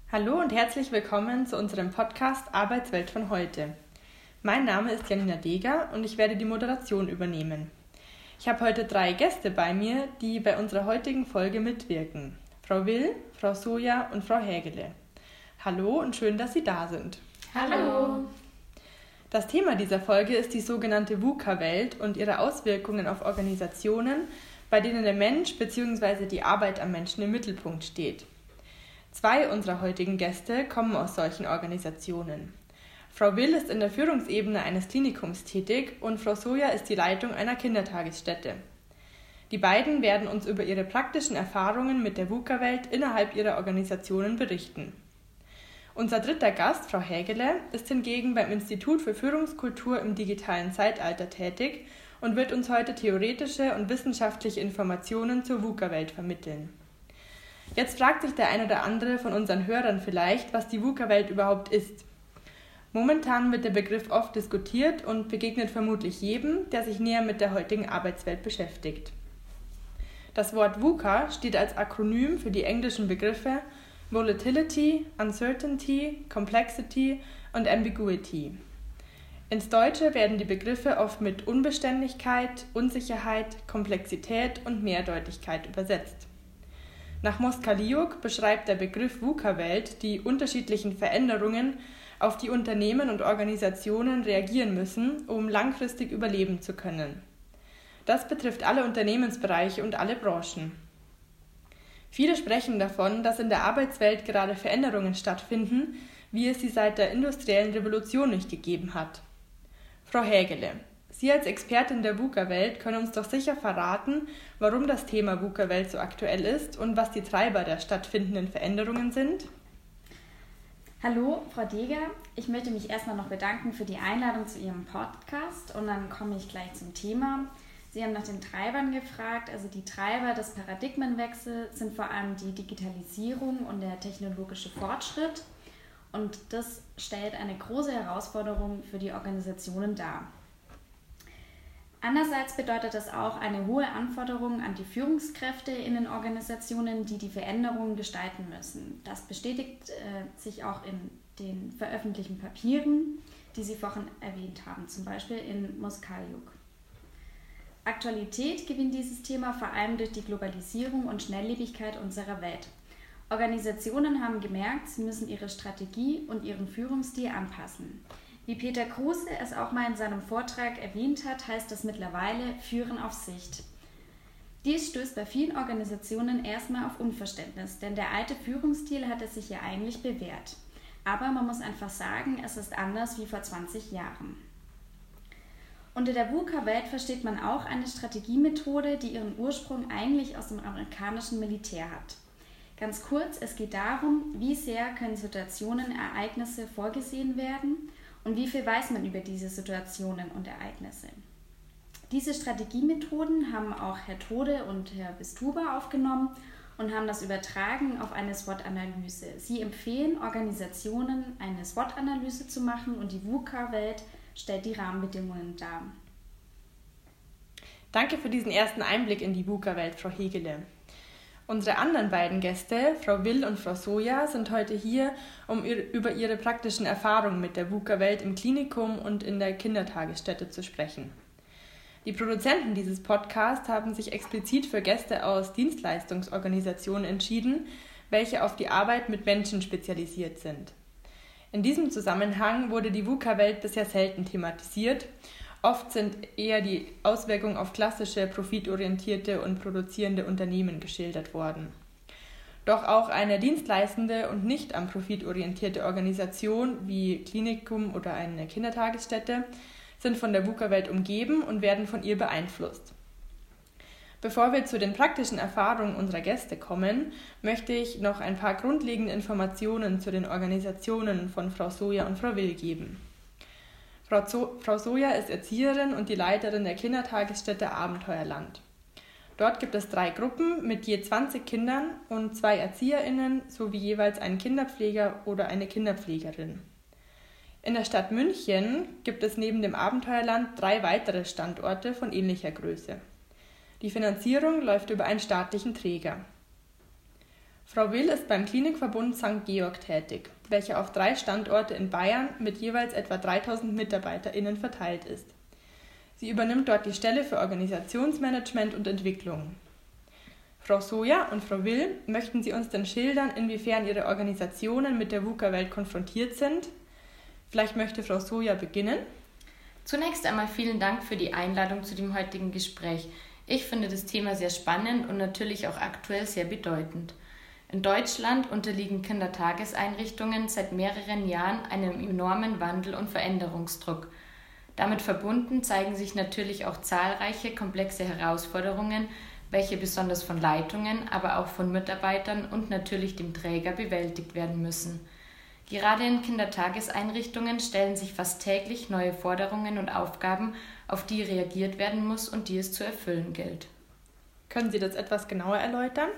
Hallo und herzlich willkommen zu unserem Podcast Arbeitswelt von heute. Mein Name ist Janina Deger und ich werde die Moderation übernehmen. Ich habe heute 3 Gäste bei mir, die bei unserer heutigen Folge mitwirken. Frau Will, Frau Soja und Frau Hägele. Hallo und schön, dass Sie da sind. Hallo! Das Thema dieser Folge ist die sogenannte VUCA-Welt und ihre Auswirkungen auf Organisationen, bei denen der Mensch bzw. die Arbeit am Menschen im Mittelpunkt steht. 2 unserer heutigen Gäste kommen aus solchen Organisationen. Frau Will ist in der Führungsebene eines Klinikums tätig und Frau Soja ist die Leitung einer Kindertagesstätte. Die beiden werden uns über ihre praktischen Erfahrungen mit der VUCA-Welt innerhalb ihrer Organisationen berichten. Unser dritter Gast, Frau Hägele, ist hingegen beim Institut für Führungskultur im digitalen Zeitalter tätig und wird uns heute theoretische und wissenschaftliche Informationen zur VUCA-Welt vermitteln. Jetzt fragt sich der ein oder andere von unseren Hörern vielleicht, was die VUCA-Welt überhaupt ist. Momentan wird der Begriff oft diskutiert und begegnet vermutlich jedem, der sich näher mit der heutigen Arbeitswelt beschäftigt. Das Wort VUCA steht als Akronym für die englischen Begriffe Volatility, Uncertainty, Complexity und Ambiguity. Ins Deutsche werden die Begriffe oft mit Unbeständigkeit, Unsicherheit, Komplexität und Mehrdeutigkeit übersetzt. Nach Moskaliuk beschreibt der Begriff VUCA-Welt die unterschiedlichen Veränderungen, auf die Unternehmen und Organisationen reagieren müssen, um langfristig überleben zu können. Das betrifft alle Unternehmensbereiche und alle Branchen. Viele sprechen davon, dass in der Arbeitswelt gerade Veränderungen stattfinden, wie es sie seit der industriellen Revolution nicht gegeben hat. Frau Hägele, Sie als Expertin der VUCA-Welt können uns doch sicher verraten, warum das Thema VUCA-Welt so aktuell ist und was die Treiber der stattfindenden Veränderungen sind. Hallo, Frau Deger. Ich möchte mich erstmal noch bedanken für die Einladung zu Ihrem Podcast und dann komme ich gleich zum Thema. Sie haben nach den Treibern gefragt. Also die Treiber des Paradigmenwechsels sind vor allem die Digitalisierung und der technologische Fortschritt und das stellt eine große Herausforderung für die Organisationen dar. Andererseits bedeutet das auch eine hohe Anforderung an die Führungskräfte in den Organisationen, die die Veränderungen gestalten müssen. Das bestätigt sich auch in den veröffentlichten Papieren, die Sie vorhin erwähnt haben, zum Beispiel in Moskaliuk. Aktualität gewinnt dieses Thema vor allem durch die Globalisierung und Schnelllebigkeit unserer Welt. Organisationen haben gemerkt, sie müssen ihre Strategie und ihren Führungsstil anpassen. Wie Peter Kruse es auch mal in seinem Vortrag erwähnt hat, heißt das mittlerweile Führen auf Sicht. Dies stößt bei vielen Organisationen erstmal auf Unverständnis, denn der alte Führungsstil hatte sich ja eigentlich bewährt. Aber man muss einfach sagen, es ist anders wie vor 20 Jahren. Unter der VUCA-Welt versteht man auch eine Strategiemethode, die ihren Ursprung eigentlich aus dem amerikanischen Militär hat. Ganz kurz, es geht darum, wie sehr können Situationen, Ereignisse vorgesehen werden und wie viel weiß man über diese Situationen und Ereignisse. Diese Strategiemethoden haben auch Herr Tode und Herr Bistuber aufgenommen und haben das übertragen auf eine SWOT-Analyse. Sie empfehlen Organisationen, eine SWOT-Analyse zu machen und die VUCA-Welt stellt die Rahmenbedingungen dar. Danke für diesen ersten Einblick in die VUCA-Welt, Frau Hägele. Unsere anderen beiden Gäste, Frau Will und Frau Soja, sind heute hier, um über ihre praktischen Erfahrungen mit der VUCA-Welt im Klinikum und in der Kindertagesstätte zu sprechen. Die Produzenten dieses Podcasts haben sich explizit für Gäste aus Dienstleistungsorganisationen entschieden, welche auf die Arbeit mit Menschen spezialisiert sind. In diesem Zusammenhang wurde die VUCA-Welt bisher selten thematisiert. Oft sind eher die Auswirkungen auf klassische, profitorientierte und produzierende Unternehmen geschildert worden. Doch auch eine dienstleistende und nicht am Profit orientierte Organisation wie Klinikum oder eine Kindertagesstätte sind von der VUCA-Welt umgeben und werden von ihr beeinflusst. Bevor wir zu den praktischen Erfahrungen unserer Gäste kommen, möchte ich noch ein paar grundlegende Informationen zu den Organisationen von Frau Soja und Frau Will geben. Frau Soja ist Erzieherin und die Leiterin der Kindertagesstätte Abenteuerland. Dort gibt es 3 Gruppen mit je 20 Kindern und 2 ErzieherInnen sowie jeweils einen Kinderpfleger oder eine Kinderpflegerin. In der Stadt München gibt es neben dem Abenteuerland 3 weitere Standorte von ähnlicher Größe. Die Finanzierung läuft über einen staatlichen Träger. Frau Will ist beim Klinikverbund St. Georg tätig, welcher auf 3 Standorte in Bayern mit jeweils etwa 3000 MitarbeiterInnen verteilt ist. Sie übernimmt dort die Stelle für Organisationsmanagement und Entwicklung. Frau Soja und Frau Will, möchten Sie uns denn schildern, inwiefern Ihre Organisationen mit der VUCA-Welt konfrontiert sind? Vielleicht möchte Frau Soja beginnen. Zunächst einmal vielen Dank für die Einladung zu dem heutigen Gespräch. Ich finde das Thema sehr spannend und natürlich auch aktuell sehr bedeutend. In Deutschland unterliegen Kindertageseinrichtungen seit mehreren Jahren einem enormen Wandel und Veränderungsdruck. Damit verbunden zeigen sich natürlich auch zahlreiche komplexe Herausforderungen, welche besonders von Leitungen, aber auch von Mitarbeitern und natürlich dem Träger bewältigt werden müssen. Gerade in Kindertageseinrichtungen stellen sich fast täglich neue Forderungen und Aufgaben, auf die reagiert werden muss und die es zu erfüllen gilt. Können Sie das etwas genauer erläutern?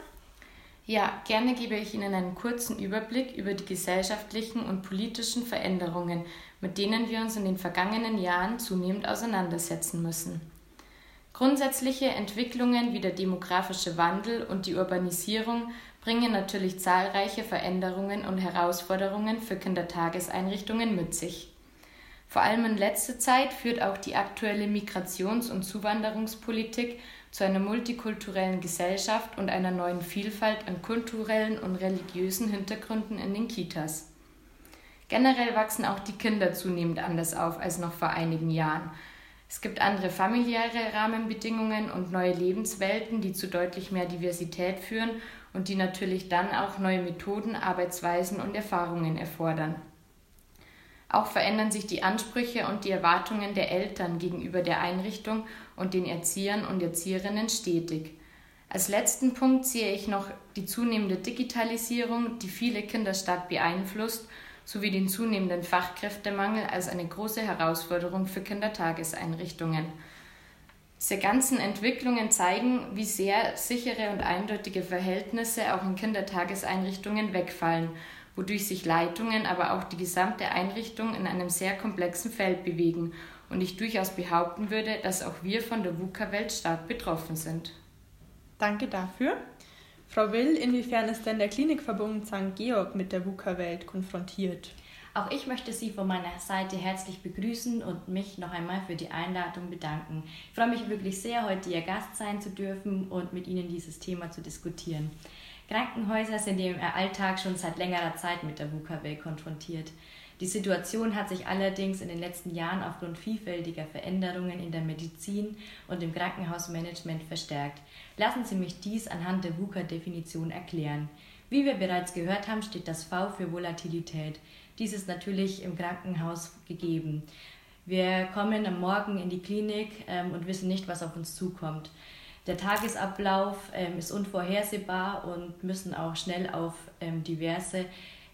Ja, gerne gebe ich Ihnen einen kurzen Überblick über die gesellschaftlichen und politischen Veränderungen, mit denen wir uns in den vergangenen Jahren zunehmend auseinandersetzen müssen. Grundsätzliche Entwicklungen wie der demografische Wandel und die Urbanisierung bringen natürlich zahlreiche Veränderungen und Herausforderungen für Kindertageseinrichtungen mit sich. Vor allem in letzter Zeit führt auch die aktuelle Migrations- und Zuwanderungspolitik zu einer multikulturellen Gesellschaft und einer neuen Vielfalt an kulturellen und religiösen Hintergründen in den Kitas. Generell wachsen auch die Kinder zunehmend anders auf als noch vor einigen Jahren. Es gibt andere familiäre Rahmenbedingungen und neue Lebenswelten, die zu deutlich mehr Diversität führen und die natürlich dann auch neue Methoden, Arbeitsweisen und Erfahrungen erfordern. Auch verändern sich die Ansprüche und die Erwartungen der Eltern gegenüber der Einrichtung und den Erziehern und Erzieherinnen stetig. Als letzten Punkt sehe ich noch die zunehmende Digitalisierung, die viele Kinder stark beeinflusst, sowie den zunehmenden Fachkräftemangel als eine große Herausforderung für Kindertageseinrichtungen. Diese ganzen Entwicklungen zeigen, wie sehr sichere und eindeutige Verhältnisse auch in Kindertageseinrichtungen wegfallen, wodurch sich Leitungen, aber auch die gesamte Einrichtung in einem sehr komplexen Feld bewegen und ich durchaus behaupten würde, dass auch wir von der VUCA-Welt stark betroffen sind. Danke dafür. Frau Will, inwiefern ist denn der Klinikverbund St. Georg mit der VUCA-Welt konfrontiert? Auch ich möchte Sie von meiner Seite herzlich begrüßen und mich noch einmal für die Einladung bedanken. Ich freue mich wirklich sehr, heute Ihr Gast sein zu dürfen und mit Ihnen dieses Thema zu diskutieren. Krankenhäuser sind im Alltag schon seit längerer Zeit mit der VUCA-Welt konfrontiert. Die Situation hat sich allerdings in den letzten Jahren aufgrund vielfältiger Veränderungen in der Medizin und im Krankenhausmanagement verstärkt. Lassen Sie mich dies anhand der VUCA-Definition erklären. Wie wir bereits gehört haben, steht das V für Volatilität. Dies ist natürlich im Krankenhaus gegeben. Wir kommen am Morgen in die Klinik und wissen nicht, was auf uns zukommt. Der Tagesablauf ist unvorhersehbar und müssen auch schnell auf diverse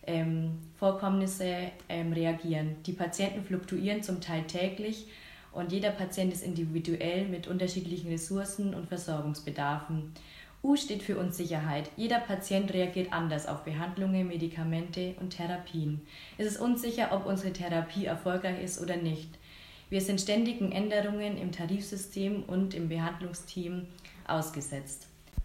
Vorkommnisse reagieren. Die Patienten fluktuieren zum Teil täglich und jeder Patient ist individuell mit unterschiedlichen Ressourcen und Versorgungsbedarfen. U steht für Unsicherheit. Jeder Patient reagiert anders auf Behandlungen, Medikamente und Therapien. Es ist unsicher, ob unsere Therapie erfolgreich ist oder nicht. Wir sind ständigen Änderungen im Tarifsystem und im Behandlungsteam ausgesetzt.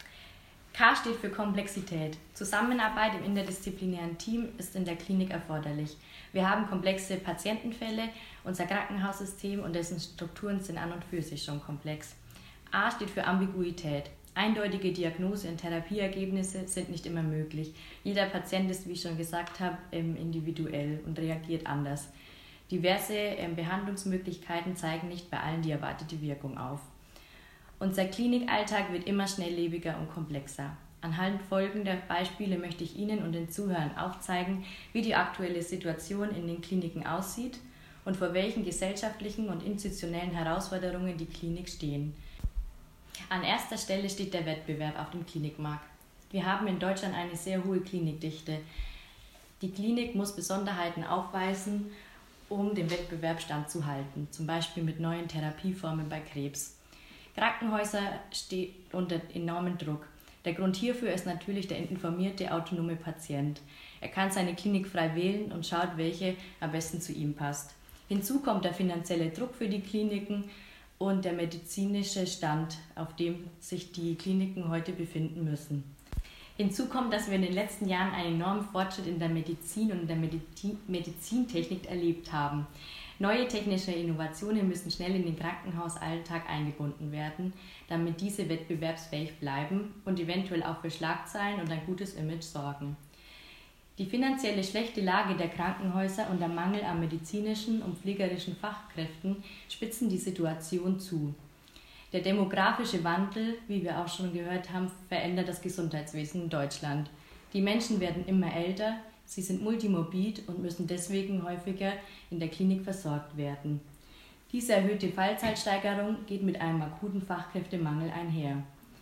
K steht für Komplexität. Zusammenarbeit im interdisziplinären Team ist in der Klinik erforderlich. Wir haben komplexe Patientenfälle, unser Krankenhaussystem und dessen Strukturen sind an und für sich schon komplex. A steht für Ambiguität. Eindeutige Diagnose und Therapieergebnisse sind nicht immer möglich. Jeder Patient ist, wie ich schon gesagt habe, individuell und reagiert anders. Diverse Behandlungsmöglichkeiten zeigen nicht bei allen die erwartete Wirkung auf. Unser Klinikalltag wird immer schnelllebiger und komplexer. Anhand folgender Beispiele möchte ich Ihnen und den Zuhörern aufzeigen, wie die aktuelle Situation in den Kliniken aussieht und vor welchen gesellschaftlichen und institutionellen Herausforderungen die Klinik stehen. An erster Stelle steht der Wettbewerb auf dem Klinikmarkt. Wir haben in Deutschland eine sehr hohe Klinikdichte. Die Klinik muss Besonderheiten aufweisen, um dem Wettbewerb standzuhalten, zum Beispiel mit neuen Therapieformen bei Krebs. Krankenhäuser stehen unter enormem Druck. Der Grund hierfür ist natürlich der informierte, autonome Patient. Er kann seine Klinik frei wählen und schaut, welche am besten zu ihm passt. Hinzu kommt der finanzielle Druck für die Kliniken und der medizinische Stand, auf dem sich die Kliniken heute befinden müssen. Hinzu kommt, dass wir in den letzten Jahren einen enormen Fortschritt in der Medizin und in der Medizintechnik erlebt haben. Neue technische Innovationen müssen schnell in den Krankenhausalltag eingebunden werden, damit diese wettbewerbsfähig bleiben und eventuell auch für Schlagzeilen und ein gutes Image sorgen. Die finanzielle schlechte Lage der Krankenhäuser und der Mangel an medizinischen und pflegerischen Fachkräften spitzen die Situation zu. Der demografische Wandel, wie wir auch schon gehört haben, verändert das Gesundheitswesen in Deutschland. Die Menschen werden immer älter, sie sind multimorbid und müssen deswegen häufiger in der Klinik versorgt werden. Diese erhöhte Fallzeitsteigerung geht mit einem akuten Fachkräftemangel einher.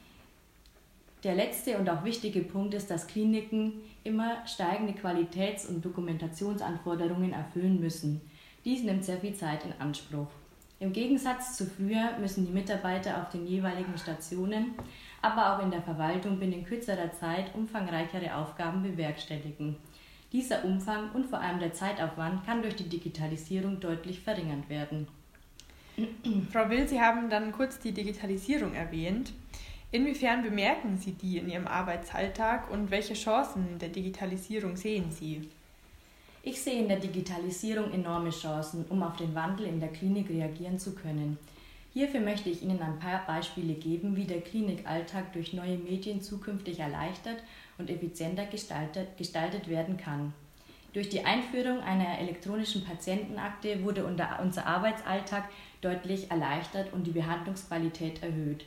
Der letzte und auch wichtige Punkt ist, dass Kliniken immer steigende Qualitäts- und Dokumentationsanforderungen erfüllen müssen. Dies nimmt sehr viel Zeit in Anspruch. Im Gegensatz zu früher müssen die Mitarbeiter auf den jeweiligen Stationen, aber auch in der Verwaltung binnen kürzerer Zeit umfangreichere Aufgaben bewerkstelligen. Dieser Umfang und vor allem der Zeitaufwand kann durch die Digitalisierung deutlich verringert werden. Frau Will, Sie haben dann kurz die Digitalisierung erwähnt. Inwiefern bemerken Sie die in Ihrem Arbeitsalltag und welche Chancen der Digitalisierung sehen Sie? Ich sehe in der Digitalisierung enorme Chancen, um auf den Wandel in der Klinik reagieren zu können. Hierfür möchte ich Ihnen ein paar Beispiele geben, wie der Klinikalltag durch neue Medien zukünftig erleichtert und effizienter gestaltet werden kann. Durch die Einführung einer elektronischen Patientenakte wurde unser Arbeitsalltag deutlich erleichtert und die Behandlungsqualität erhöht.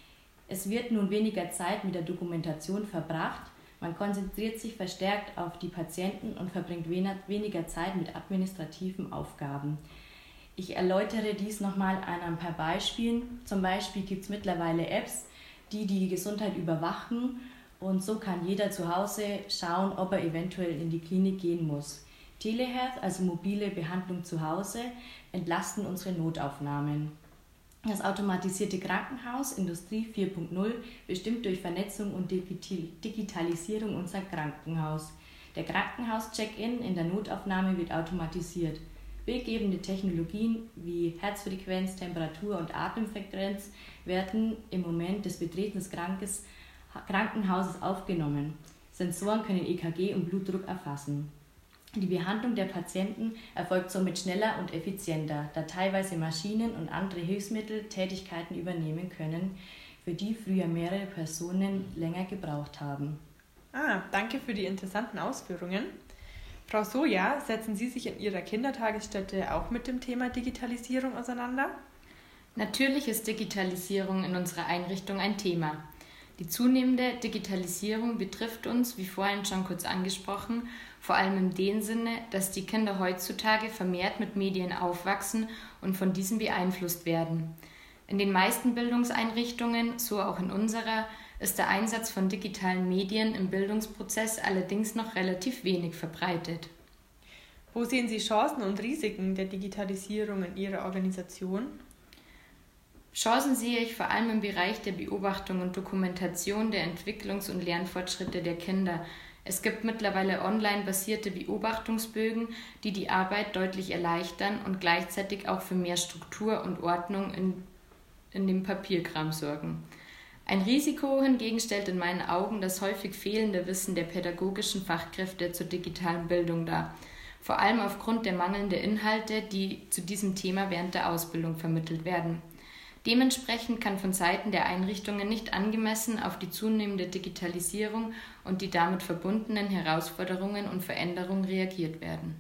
Es wird nun weniger Zeit mit der Dokumentation verbracht. Man konzentriert sich verstärkt auf die Patienten und verbringt weniger Zeit mit administrativen Aufgaben. Ich erläutere dies nochmal an ein paar Beispielen. Zum Beispiel gibt es mittlerweile Apps, die die Gesundheit überwachen und so kann jeder zu Hause schauen, ob er eventuell in die Klinik gehen muss. Telehealth, also mobile Behandlung zu Hause, entlasten unsere Notaufnahmen. Das automatisierte Krankenhaus, Industrie 4.0, bestimmt durch Vernetzung und Digitalisierung unser Krankenhaus. Der Krankenhaus-Check-in in der Notaufnahme wird automatisiert. Bildgebende Technologien wie Herzfrequenz, Temperatur und Atemfrequenz werden im Moment des Betretens des Krankenhauses aufgenommen. Sensoren können EKG und Blutdruck erfassen. Die Behandlung der Patienten erfolgt somit schneller und effizienter, da teilweise Maschinen und andere Hilfsmittel Tätigkeiten übernehmen können, für die früher mehrere Personen länger gebraucht haben. Danke für die interessanten Ausführungen. Frau Soja, setzen Sie sich in Ihrer Kindertagesstätte auch mit dem Thema Digitalisierung auseinander? Natürlich ist Digitalisierung in unserer Einrichtung ein Thema. Die zunehmende Digitalisierung betrifft uns, wie vorhin schon kurz angesprochen, vor allem in dem Sinne, dass die Kinder heutzutage vermehrt mit Medien aufwachsen und von diesen beeinflusst werden. In den meisten Bildungseinrichtungen, so auch in unserer, ist der Einsatz von digitalen Medien im Bildungsprozess allerdings noch relativ wenig verbreitet. Wo sehen Sie Chancen und Risiken der Digitalisierung in Ihrer Organisation? Chancen sehe ich vor allem im Bereich der Beobachtung und Dokumentation der Entwicklungs- und Lernfortschritte der Kinder. Es gibt mittlerweile online basierte Beobachtungsbögen, die die Arbeit deutlich erleichtern und gleichzeitig auch für mehr Struktur und Ordnung in dem Papierkram sorgen. Ein Risiko hingegen stellt in meinen Augen das häufig fehlende Wissen der pädagogischen Fachkräfte zur digitalen Bildung dar, vor allem aufgrund der mangelnden Inhalte, die zu diesem Thema während der Ausbildung vermittelt werden. Dementsprechend kann von Seiten der Einrichtungen nicht angemessen auf die zunehmende Digitalisierung und die damit verbundenen Herausforderungen und Veränderungen reagiert werden.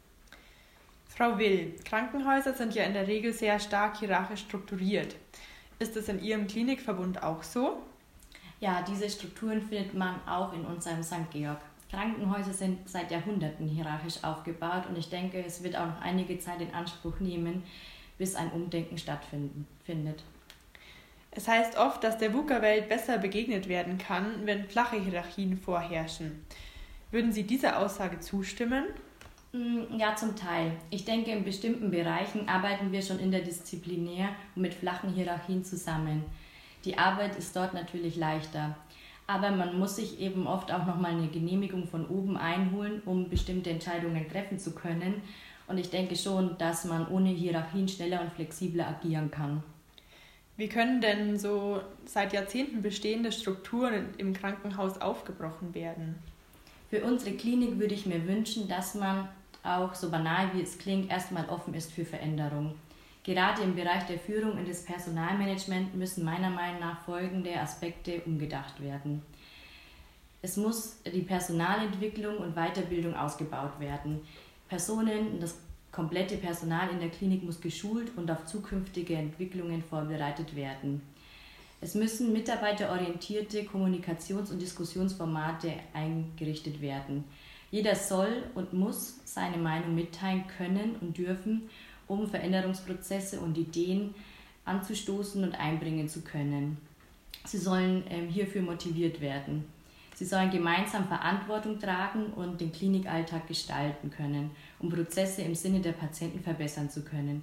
Frau Will, Krankenhäuser sind ja in der Regel sehr stark hierarchisch strukturiert. Ist es in Ihrem Klinikverbund auch so? Ja, diese Strukturen findet man auch in unserem St. Georg. Krankenhäuser sind seit Jahrhunderten hierarchisch aufgebaut und ich denke, es wird auch noch einige Zeit in Anspruch nehmen, bis ein Umdenken stattfindet. Es heißt oft, dass der VUCA-Welt besser begegnet werden kann, wenn flache Hierarchien vorherrschen. Würden Sie dieser Aussage zustimmen? Ja, zum Teil. Ich denke, in bestimmten Bereichen arbeiten wir schon interdisziplinär und mit flachen Hierarchien zusammen. Die Arbeit ist dort natürlich leichter. Aber man muss sich eben oft auch nochmal eine Genehmigung von oben einholen, um bestimmte Entscheidungen treffen zu können. Und ich denke schon, dass man ohne Hierarchien schneller und flexibler agieren kann. Wie können denn so seit Jahrzehnten bestehende Strukturen im Krankenhaus aufgebrochen werden? Für unsere Klinik würde ich mir wünschen, dass man auch, so banal wie es klingt, erstmal offen ist für Veränderung. Gerade im Bereich der Führung und des Personalmanagements müssen meiner Meinung nach folgende Aspekte umgedacht werden. Es muss die Personalentwicklung und Weiterbildung ausgebaut werden. Personen und das komplette Personal in der Klinik muss geschult und auf zukünftige Entwicklungen vorbereitet werden. Es müssen mitarbeiterorientierte Kommunikations- und Diskussionsformate eingerichtet werden. Jeder soll und muss seine Meinung mitteilen können und dürfen, um Veränderungsprozesse und Ideen anzustoßen und einbringen zu können. Sie sollen hierfür motiviert werden. Sie sollen gemeinsam Verantwortung tragen und den Klinikalltag gestalten können, um Prozesse im Sinne der Patienten verbessern zu können.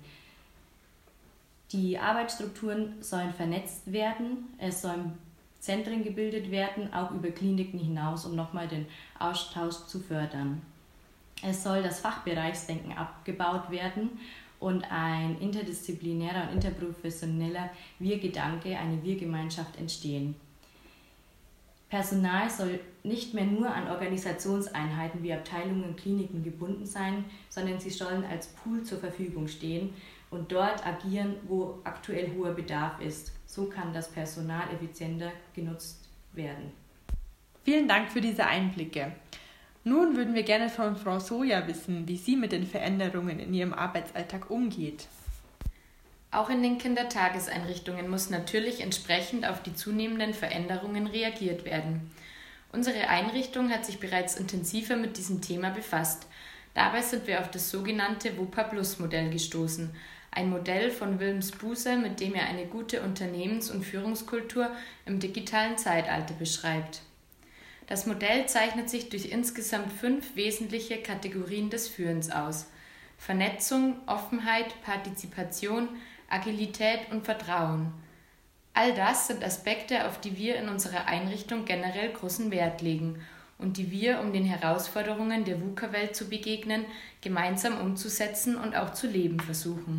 Die Arbeitsstrukturen sollen vernetzt werden, es sollen Zentren gebildet werden, auch über Kliniken hinaus, um nochmal den Austausch zu fördern. Es soll das Fachbereichsdenken abgebaut werden und ein interdisziplinärer und interprofessioneller Wir-Gedanke, eine Wir-Gemeinschaft entstehen. Personal soll nicht mehr nur an Organisationseinheiten wie Abteilungen und Kliniken gebunden sein, sondern sie sollen als Pool zur Verfügung stehen und dort agieren, wo aktuell hoher Bedarf ist. So kann das Personal effizienter genutzt werden. Vielen Dank für diese Einblicke. Nun würden wir gerne von Frau Soja wissen, wie sie mit den Veränderungen in ihrem Arbeitsalltag umgeht. Auch in den Kindertageseinrichtungen muss natürlich entsprechend auf die zunehmenden Veränderungen reagiert werden. Unsere Einrichtung hat sich bereits intensiver mit diesem Thema befasst. Dabei sind wir auf das sogenannte WUPA-Plus-Modell gestoßen, ein Modell von Wilms Buser, mit dem er eine gute Unternehmens- und Führungskultur im digitalen Zeitalter beschreibt. Das Modell zeichnet sich durch insgesamt 5 wesentliche Kategorien des Führens aus: Vernetzung, Offenheit, Partizipation, Agilität und Vertrauen. All das sind Aspekte, auf die wir in unserer Einrichtung generell großen Wert legen und die wir, um den Herausforderungen der VUCA-Welt zu begegnen, gemeinsam umzusetzen und auch zu leben versuchen.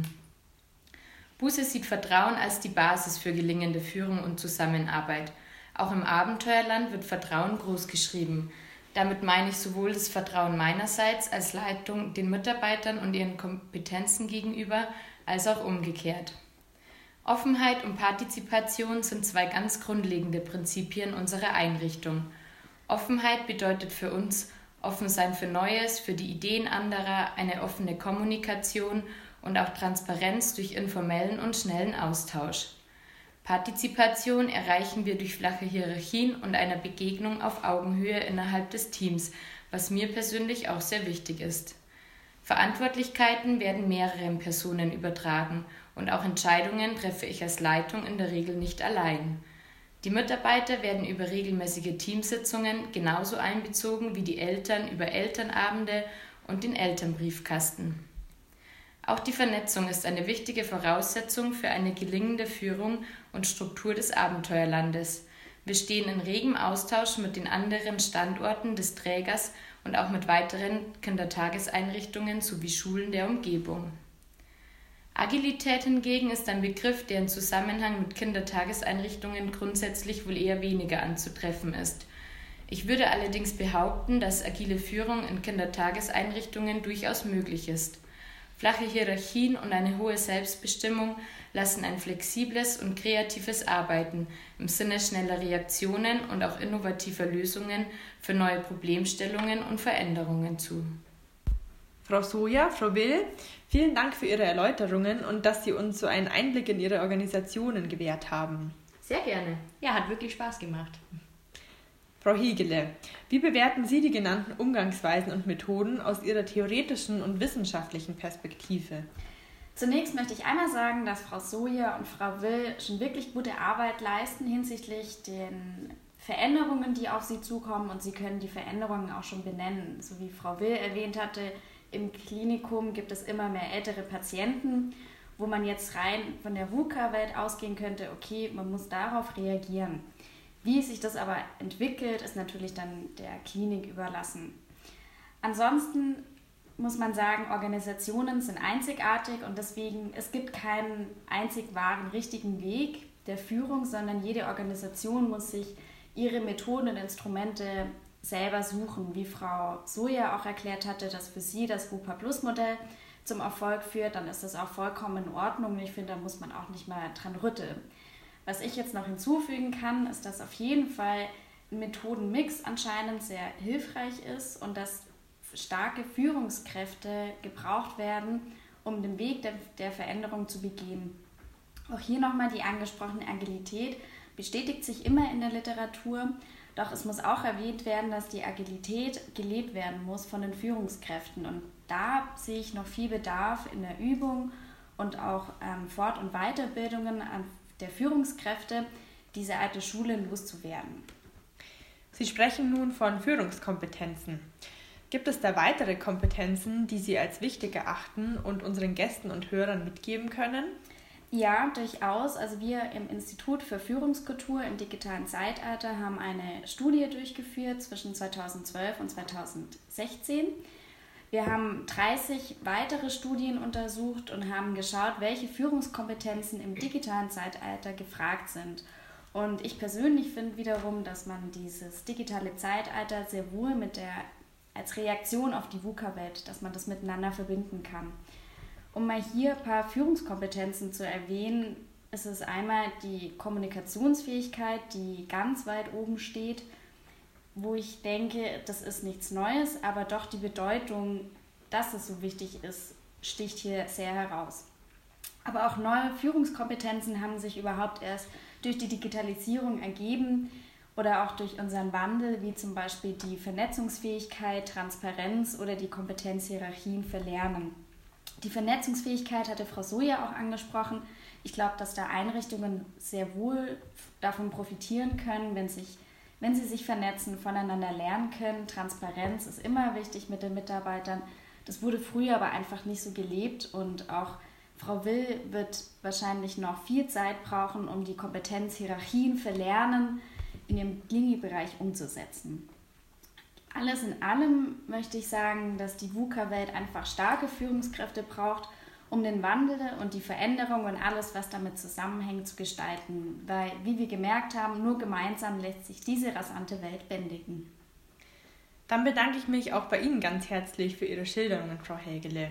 Buser sieht Vertrauen als die Basis für gelingende Führung und Zusammenarbeit. Auch im Abenteuerland wird Vertrauen großgeschrieben. Damit meine ich sowohl das Vertrauen meinerseits als Leitung den Mitarbeitern und ihren Kompetenzen gegenüber, als auch umgekehrt. Offenheit und Partizipation sind 2 ganz grundlegende Prinzipien unserer Einrichtung. Offenheit bedeutet für uns offen sein für Neues, für die Ideen anderer, eine offene Kommunikation und auch Transparenz durch informellen und schnellen Austausch. Partizipation erreichen wir durch flache Hierarchien und einer Begegnung auf Augenhöhe innerhalb des Teams, was mir persönlich auch sehr wichtig ist. Verantwortlichkeiten werden mehreren Personen übertragen und auch Entscheidungen treffe ich als Leitung in der Regel nicht allein. Die Mitarbeiter werden über regelmäßige Teamsitzungen genauso einbezogen wie die Eltern über Elternabende und den Elternbriefkasten. Auch die Vernetzung ist eine wichtige Voraussetzung für eine gelingende Führung und Struktur des Abenteuerlandes. Wir stehen in regem Austausch mit den anderen Standorten des Trägers und auch mit weiteren Kindertageseinrichtungen sowie Schulen der Umgebung. Agilität hingegen ist ein Begriff, der im Zusammenhang mit Kindertageseinrichtungen grundsätzlich wohl eher weniger anzutreffen ist. Ich würde allerdings behaupten, dass agile Führung in Kindertageseinrichtungen durchaus möglich ist. Flache Hierarchien und eine hohe Selbstbestimmung lassen ein flexibles und kreatives Arbeiten im Sinne schneller Reaktionen und auch innovativer Lösungen für neue Problemstellungen und Veränderungen zu. Frau Soja, Frau Will, vielen Dank für Ihre Erläuterungen und dass Sie uns so einen Einblick in Ihre Organisationen gewährt haben. Sehr gerne. Ja, hat wirklich Spaß gemacht. Frau Hegele, wie bewerten Sie die genannten Umgangsweisen und Methoden aus Ihrer theoretischen und wissenschaftlichen Perspektive? Zunächst möchte ich einmal sagen, dass Frau Soja und Frau Will schon wirklich gute Arbeit leisten hinsichtlich den Veränderungen, die auf sie zukommen, und sie können die Veränderungen auch schon benennen. So wie Frau Will erwähnt hatte, im Klinikum gibt es immer mehr ältere Patienten, wo man jetzt rein von der VUCA-Welt ausgehen könnte, okay, man muss darauf reagieren. Wie sich das aber entwickelt, ist natürlich dann der Klinik überlassen. Ansonsten muss man sagen, Organisationen sind einzigartig und deswegen, es gibt keinen einzig wahren, richtigen Weg der Führung, sondern jede Organisation muss sich ihre Methoden und Instrumente selber suchen. Wie Frau Soja auch erklärt hatte, dass für sie das WUPA-Plus-Modell zum Erfolg führt, dann ist das auch vollkommen in Ordnung. Ich finde, da muss man auch nicht mal dran rütteln. Was ich jetzt noch hinzufügen kann, ist, dass auf jeden Fall ein Methodenmix anscheinend sehr hilfreich ist und dass starke Führungskräfte gebraucht werden, um den Weg der Veränderung zu begehen. Auch hier nochmal die angesprochene Agilität bestätigt sich immer in der Literatur, doch es muss auch erwähnt werden, dass die Agilität gelebt werden muss von den Führungskräften. Und da sehe ich noch viel Bedarf in der Übung und auch Fort- und Weiterbildungen der Führungskräfte, diese alte Schule loszuwerden. Sie sprechen nun von Führungskompetenzen. Gibt es da weitere Kompetenzen, die Sie als wichtig erachten und unseren Gästen und Hörern mitgeben können? Ja, durchaus. Also wir im Institut für Führungskultur im digitalen Zeitalter haben eine Studie durchgeführt zwischen 2012 und 2016. Wir haben 30 weitere Studien untersucht und haben geschaut, welche Führungskompetenzen im digitalen Zeitalter gefragt sind. Und ich persönlich finde wiederum, dass man dieses digitale Zeitalter sehr wohl als Reaktion auf die VUCA-Welt, dass man das miteinander verbinden kann. Um mal hier ein paar Führungskompetenzen zu erwähnen, ist es einmal die Kommunikationsfähigkeit, die ganz weit oben steht, wo ich denke, das ist nichts Neues, aber doch die Bedeutung, dass es so wichtig ist, sticht hier sehr heraus. Aber auch neue Führungskompetenzen haben sich überhaupt erst durch die Digitalisierung ergeben oder auch durch unseren Wandel, wie zum Beispiel die Vernetzungsfähigkeit, Transparenz oder die Kompetenz Hierarchien für Lernen. Die Vernetzungsfähigkeit hatte Frau Soja auch angesprochen. Ich glaube, dass da Einrichtungen sehr wohl davon profitieren können, wenn sie sich vernetzen, voneinander lernen können. Transparenz ist immer wichtig mit den Mitarbeitern. Das wurde früher aber einfach nicht so gelebt und auch Frau Will wird wahrscheinlich noch viel Zeit brauchen, um die Kompetenz Hierarchien für Lernen in ihrem Klinikbereich umzusetzen. Alles in allem möchte ich sagen, dass die VUCA-Welt einfach starke Führungskräfte braucht, um den Wandel und die Veränderung und alles, was damit zusammenhängt, zu gestalten. Weil, wie wir gemerkt haben, nur gemeinsam lässt sich diese rasante Welt bändigen. Dann bedanke ich mich auch bei Ihnen ganz herzlich für Ihre Schilderungen, Frau Hägele.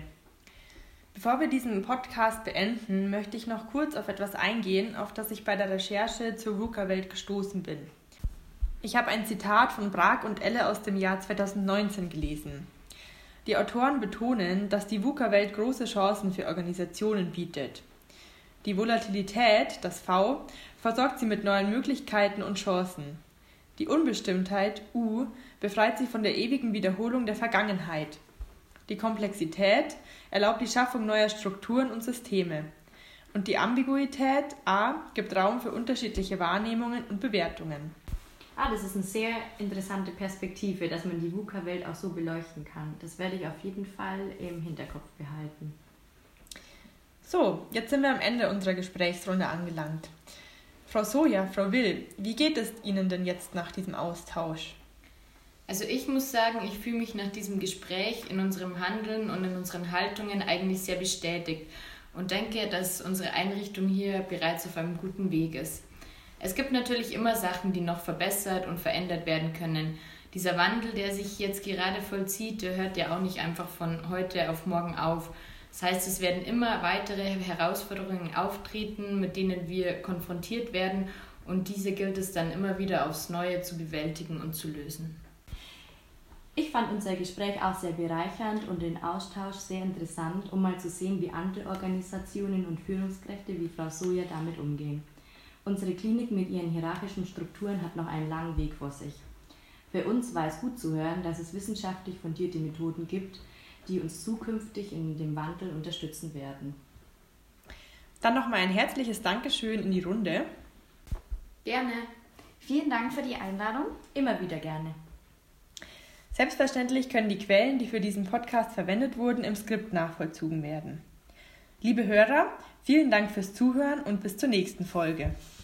Bevor wir diesen Podcast beenden, möchte ich noch kurz auf etwas eingehen, auf das ich bei der Recherche zur VUCA-Welt gestoßen bin. Ich habe ein Zitat von Brag und Elle aus dem Jahr 2019 gelesen. Die Autoren betonen, dass die VUCA-Welt große Chancen für Organisationen bietet. Die Volatilität, das V, versorgt sie mit neuen Möglichkeiten und Chancen. Die Unbestimmtheit, U, befreit sie von der ewigen Wiederholung der Vergangenheit. Die Komplexität erlaubt die Schaffung neuer Strukturen und Systeme. Und die Ambiguität, A, gibt Raum für unterschiedliche Wahrnehmungen und Bewertungen. Das ist eine sehr interessante Perspektive, dass man die VUCA-Welt auch so beleuchten kann. Das werde ich auf jeden Fall im Hinterkopf behalten. So, jetzt sind wir am Ende unserer Gesprächsrunde angelangt. Frau Soja, Frau Will, wie geht es Ihnen denn jetzt nach diesem Austausch? Also ich muss sagen, ich fühle mich nach diesem Gespräch in unserem Handeln und in unseren Haltungen eigentlich sehr bestätigt und denke, dass unsere Einrichtung hier bereits auf einem guten Weg ist. Es gibt natürlich immer Sachen, die noch verbessert und verändert werden können. Dieser Wandel, der sich jetzt gerade vollzieht, der hört ja auch nicht einfach von heute auf morgen auf. Das heißt, es werden immer weitere Herausforderungen auftreten, mit denen wir konfrontiert werden und diese gilt es dann immer wieder aufs Neue zu bewältigen und zu lösen. Ich fand unser Gespräch auch sehr bereichernd und den Austausch sehr interessant, um mal zu sehen, wie andere Organisationen und Führungskräfte wie Frau Soja damit umgehen. Unsere Klinik mit ihren hierarchischen Strukturen hat noch einen langen Weg vor sich. Für uns war es gut zu hören, dass es wissenschaftlich fundierte Methoden gibt, die uns zukünftig in dem Wandel unterstützen werden. Dann nochmal ein herzliches Dankeschön in die Runde. Gerne. Vielen Dank für die Einladung. Immer wieder gerne. Selbstverständlich können die Quellen, die für diesen Podcast verwendet wurden, im Skript nachvollzogen werden. Liebe Hörer, vielen Dank fürs Zuhören und bis zur nächsten Folge.